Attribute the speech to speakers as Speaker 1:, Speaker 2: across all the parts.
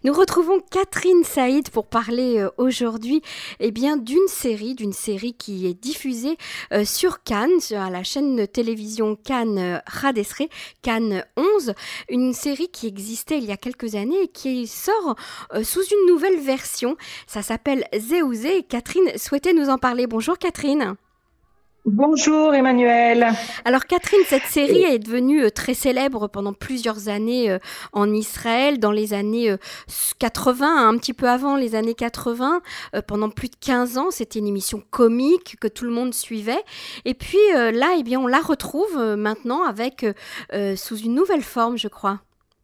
Speaker 1: Nous retrouvons Catherine Saïd pour parler aujourd'hui d'une série qui est diffusée sur Cannes, à la chaîne de télévision Cannes Radesre, Cannes 11, une série qui existait il y a quelques années et qui sort sous une nouvelle version. Ça s'appelle Zéouzé et Catherine souhaitait nous en parler. Bonjour Catherine.
Speaker 2: Bonjour Emmanuel.
Speaker 1: Alors Catherine, cette série est devenue très célèbre pendant plusieurs années en Israël, dans les années 80, un petit peu avant les années 80, pendant plus de 15 ans. C'était une émission comique que tout le monde suivait. Et puis là, on la retrouve maintenant avec sous une nouvelle forme, je crois.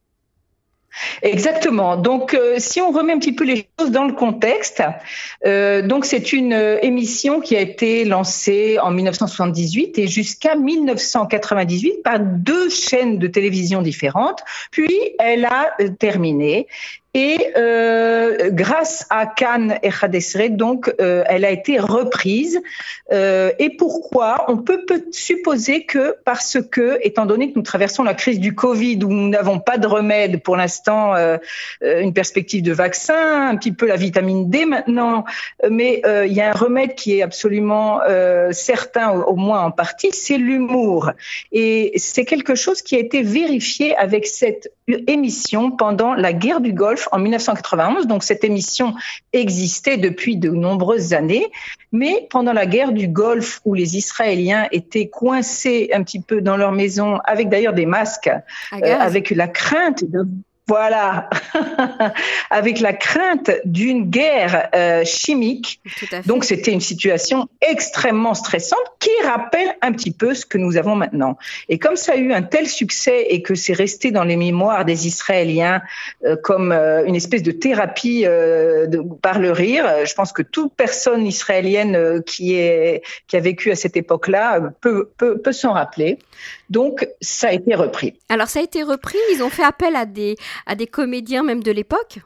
Speaker 2: Exactement. Donc, si on remet un petit peu les choses dans le contexte, donc c'est une émission qui a été lancée en 1978 et jusqu'à 1998 par 2 chaînes de télévision différentes. Puis, elle a terminé. Et grâce à Cannes et Radesre, donc, elle a été reprise. Et pourquoi? On peut supposer que parce que, étant donné que nous traversons la crise du Covid, où nous n'avons pas de remède pour l'instant, une perspective de vaccin, un petit peu la vitamine D maintenant, mais il y a un remède qui est absolument certain, au moins en partie, c'est l'humour. Et c'est quelque chose qui a été vérifié avec cette émission pendant la guerre du Golfe en 1991. Donc cette émission existait depuis de nombreuses années, mais pendant la guerre du Golfe où les Israéliens étaient coincés un petit peu dans leur maison, avec d'ailleurs des masques, avec la crainte de... Voilà, avec la crainte d'une guerre chimique. Donc, c'était une situation extrêmement stressante qui rappelle un petit peu ce que nous avons maintenant. Et comme ça a eu un tel succès et que c'est resté dans les mémoires des Israéliens comme une espèce de thérapie par le rire, je pense que toute personne israélienne qui a vécu à cette époque-là peut s'en rappeler. Donc, ça a été repris.
Speaker 1: Alors, ça a été repris, ils ont fait appel à des comédiens même de l'époque?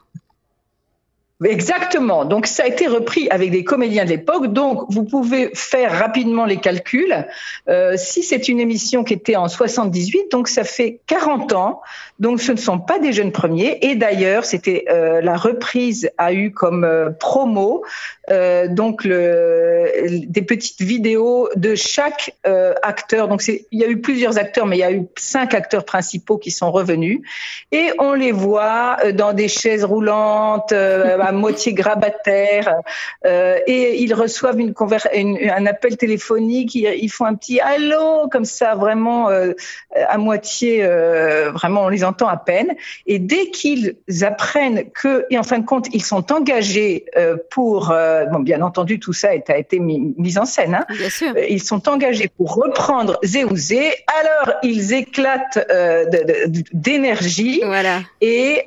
Speaker 2: Exactement. Donc, ça a été repris avec des comédiens de l'époque. Donc, vous pouvez faire rapidement les calculs. Si c'est une émission qui était en 78, donc ça fait 40 ans. Donc, ce ne sont pas des jeunes premiers. Et d'ailleurs, c'était la reprise a eu comme promo donc des petites vidéos de chaque acteur. Donc, il y a eu plusieurs acteurs, mais il y a eu 5 acteurs principaux qui sont revenus. Et on les voit dans des chaises roulantes, à moitié grabataire, et ils reçoivent un appel téléphonique, ils font un petit allô comme ça, vraiment à moitié, vraiment on les entend à peine. Et dès qu'ils apprennent que, et en fin de compte, ils sont engagés pour, bon, bien entendu, tout ça a été mis en scène, hein,
Speaker 1: bien sûr.
Speaker 2: Ils sont engagés pour reprendre Zéouzé, alors ils éclatent d'énergie,
Speaker 1: voilà.
Speaker 2: Et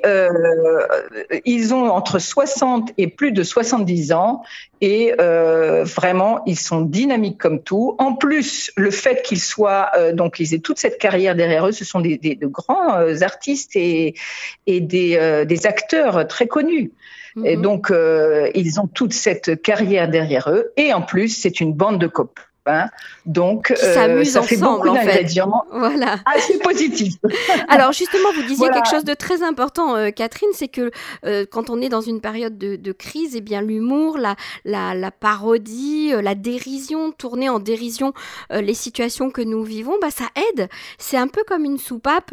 Speaker 2: ils ont entre 60 et plus de 70 ans et vraiment ils sont dynamiques comme tout. En plus, le fait qu'ils soient donc ils aient toute cette carrière derrière eux, ce sont de grands artistes et des acteurs très connus. Et donc ils ont toute cette carrière derrière eux et en plus c'est une bande de copains. Donc, ça fait beaucoup d'ingrédients assez positifs.
Speaker 1: Alors justement, vous disiez quelque chose de très important, Catherine, c'est que quand on est dans une période de crise, eh bien l'humour, la parodie, la dérision, tourner en dérision les situations que nous vivons, ça aide. C'est un peu comme une soupape,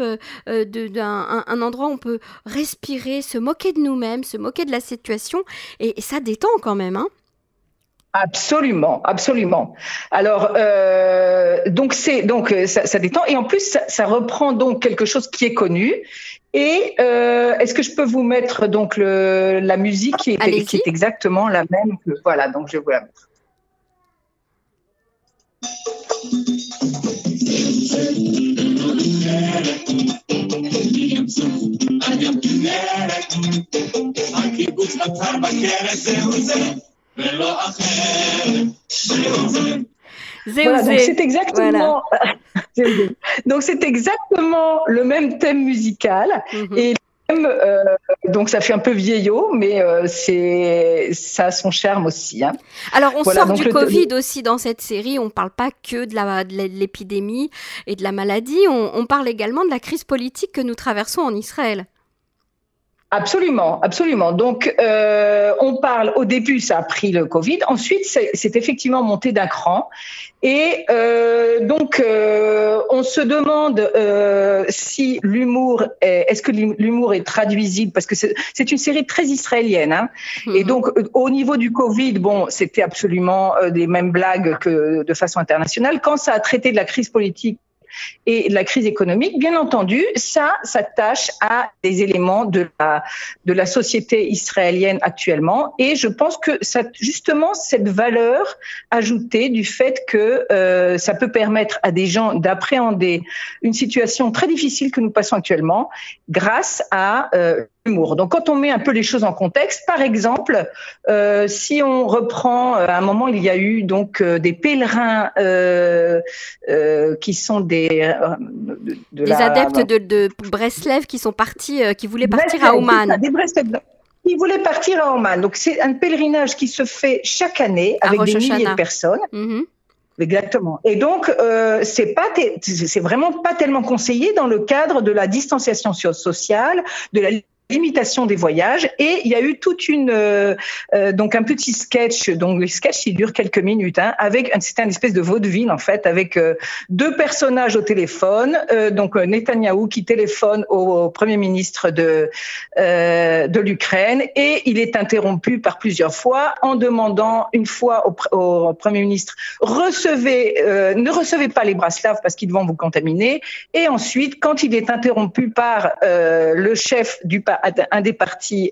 Speaker 1: un endroit où on peut respirer, se moquer de nous-mêmes, se moquer de la situation, et ça détend quand même, hein.
Speaker 2: Absolument, absolument. Alors, donc ça détend et en plus ça reprend donc quelque chose qui est connu. Et est-ce que je peux vous mettre donc la musique qui est exactement la même que voilà, donc je vais vous la mettre. Voilà, donc c'est exactement, donc c'est exactement le même thème musical et même, donc ça fait un peu vieillot, mais ça a son charme aussi. Hein.
Speaker 1: Alors on sort du Covid aussi dans cette série. On parle pas que de l'épidémie et de la maladie. On parle également de la crise politique que nous traversons en Israël.
Speaker 2: Absolument, absolument. Donc, on parle, au début, ça a pris le Covid. Ensuite, c'est effectivement monté d'un cran. Et donc, on se demande si est-ce que l'humour est traduisible, parce que c'est une série très israélienne. Hein. Et donc, au niveau du Covid, bon, c'était absolument des mêmes blagues que de façon internationale. Quand ça a traité de la crise politique et la crise économique, bien entendu, ça s'attache à des éléments de la société israélienne actuellement. Et je pense que justement, cette valeur ajoutée du fait que ça peut permettre à des gens d'appréhender une situation très difficile que nous passons actuellement grâce à l'humour. Donc, quand on met un peu les choses en contexte, par exemple, si on reprend, à un moment, il y a eu donc des pèlerins qui sont des
Speaker 1: adeptes de Breslev qui sont partis, qui voulaient partir à Oman.
Speaker 2: Ils voulaient partir à Oman. Donc, c'est un pèlerinage qui se fait chaque année avec des milliers de personnes. Exactement. Et donc, c'est vraiment pas tellement conseillé dans le cadre de la distanciation sociale, de la limitation des voyages, et il y a eu toute donc un petit sketch. Donc le sketch il dure quelques minutes, hein, c'était une espèce de vaudeville en fait, avec deux personnages au téléphone. Donc Netanyahou qui téléphone au premier ministre de l'Ukraine, et il est interrompu par plusieurs fois en demandant une fois au premier ministre ne recevez pas les Braslav parce qu'ils vont vous contaminer. Et ensuite, quand il est interrompu par le chef un des partis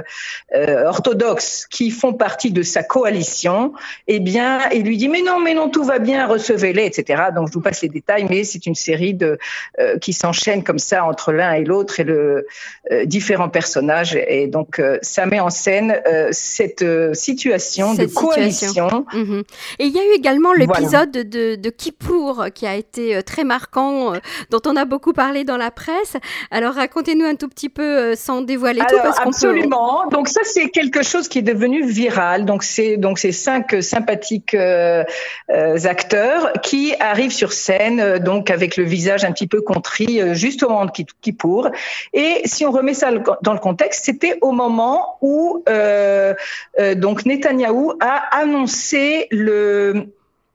Speaker 2: orthodoxes qui font partie de sa coalition, eh bien, il lui dit mais non, tout va bien, recevez-les, etc. Donc, je vous passe les détails, mais c'est une série qui s'enchaîne comme ça entre l'un et l'autre et différents personnages. Et donc, ça met en scène cette situation de coalition.
Speaker 1: Et il y a eu également l'épisode de Kippour qui a été très marquant, dont on a beaucoup parlé dans la presse. Alors, racontez-nous un tout petit peu sans dévoiler tout, parce qu'on
Speaker 2: absolument. Donc ça, c'est quelque chose qui est devenu viral. Donc ces 5 sympathiques acteurs qui arrivent sur scène, donc avec le visage un petit peu contrit, juste au moment de Kippour. Et si on remet ça dans le contexte, c'était au moment où donc Netanyahou a annoncé le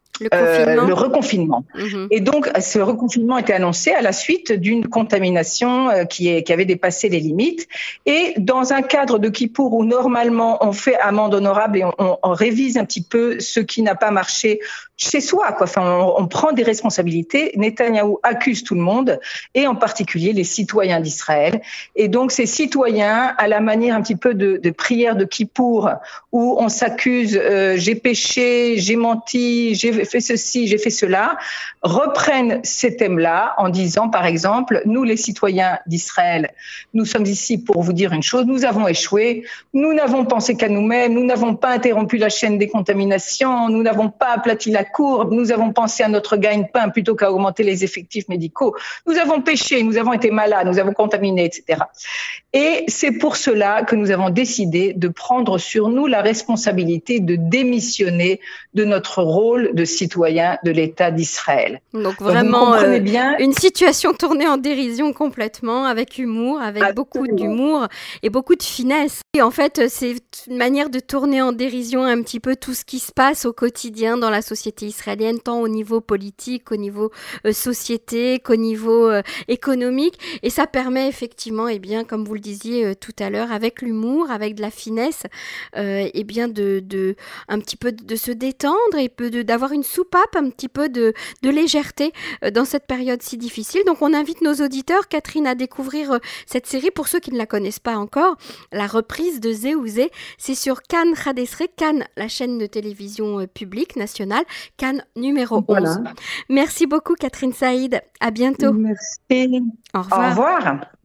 Speaker 2: reconfinement. Et donc, ce reconfinement était annoncé à la suite d'une contamination qui avait dépassé les limites. Et dans un cadre de Kippour où normalement on fait amende honorable et on révise un petit peu ce qui n'a pas marché chez soi, quoi. Enfin, on prend des responsabilités. Netanyahou accuse tout le monde, et en particulier les citoyens d'Israël. Et donc, ces citoyens, à la manière un petit peu de prière de Kippour, où on s'accuse, j'ai péché, j'ai menti, j'ai fait ceci, j'ai fait cela, reprennent ces thèmes-là en disant, par exemple, nous les citoyens d'Israël, nous sommes ici pour vous dire une chose, nous avons échoué, nous n'avons pensé qu'à nous-mêmes, nous n'avons pas interrompu la chaîne des contaminations, nous n'avons pas aplati la courbe, nous avons pensé à notre gagne-pain plutôt qu'à augmenter les effectifs médicaux, nous avons péché, nous avons été malades, nous avons contaminé, etc. Et c'est pour cela que nous avons décidé de prendre sur nous la responsabilité de démissionner de notre rôle de citoyen de l'État d'Israël.
Speaker 1: Donc vraiment, une situation tournée en dérision complètement, avec humour, avec beaucoup d'humour et beaucoup de finesse. Et en fait, c'est une manière de tourner en dérision un petit peu tout ce qui se passe au quotidien dans la société israélienne, tant au niveau politique, au niveau société, qu'au niveau économique. Et ça permet effectivement, eh bien, comme vous le disiez tout à l'heure, avec l'humour, avec de la finesse, eh bien, un petit peu de se détendre et d'avoir une soupape, un petit peu de légèreté dans cette période si difficile. Donc on invite nos auditeurs, Catherine, à découvrir cette série. Pour ceux qui ne la connaissent pas encore, la reprise de Zéouzé, c'est sur Cannes Khadesre, Cannes, la chaîne de télévision publique nationale, Cannes numéro 11. Voilà. Merci beaucoup Catherine Saïd, à bientôt.
Speaker 2: Merci.
Speaker 1: Au revoir.
Speaker 2: Au revoir.